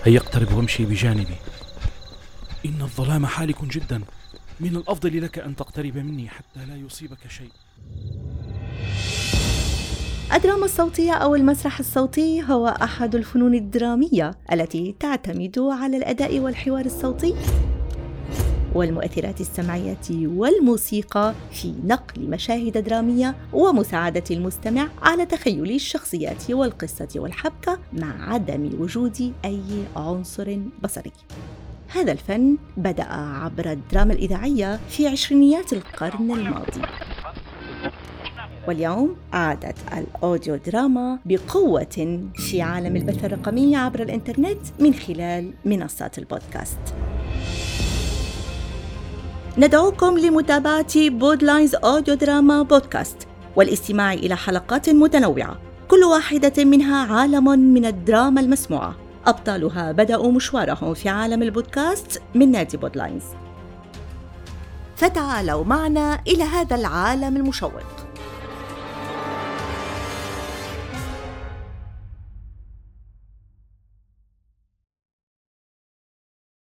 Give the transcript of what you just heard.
هيا اقترب وامشي بجانبي. إن الظلام حالك جدا، من الأفضل لك أن تقترب مني حتى لا يصيبك شيء. الدراما الصوتية أو المسرح الصوتي هو أحد الفنون الدرامية التي تعتمد على الأداء والحوار الصوتي والمؤثرات السمعية والموسيقى في نقل مشاهد درامية ومساعدة المستمع على تخيل الشخصيات والقصة والحبكة مع عدم وجود أي عنصر بصري. هذا الفن بدأ عبر الدراما الإذاعية في عشرينيات القرن الماضي، واليوم عادت الأوديو دراما بقوة في عالم البث الرقمي عبر الإنترنت من خلال منصات البودكاست. ندعوكم لمتابعة بودلاينز أوديو دراما بودكاست والاستماع إلى حلقات متنوعة، كل واحدة منها عالم من الدراما المسموعة، أبطالها بدأوا مشوارهم في عالم البودكاست من نادي بودلاينز. فتعالوا معنا إلى هذا العالم المشوق.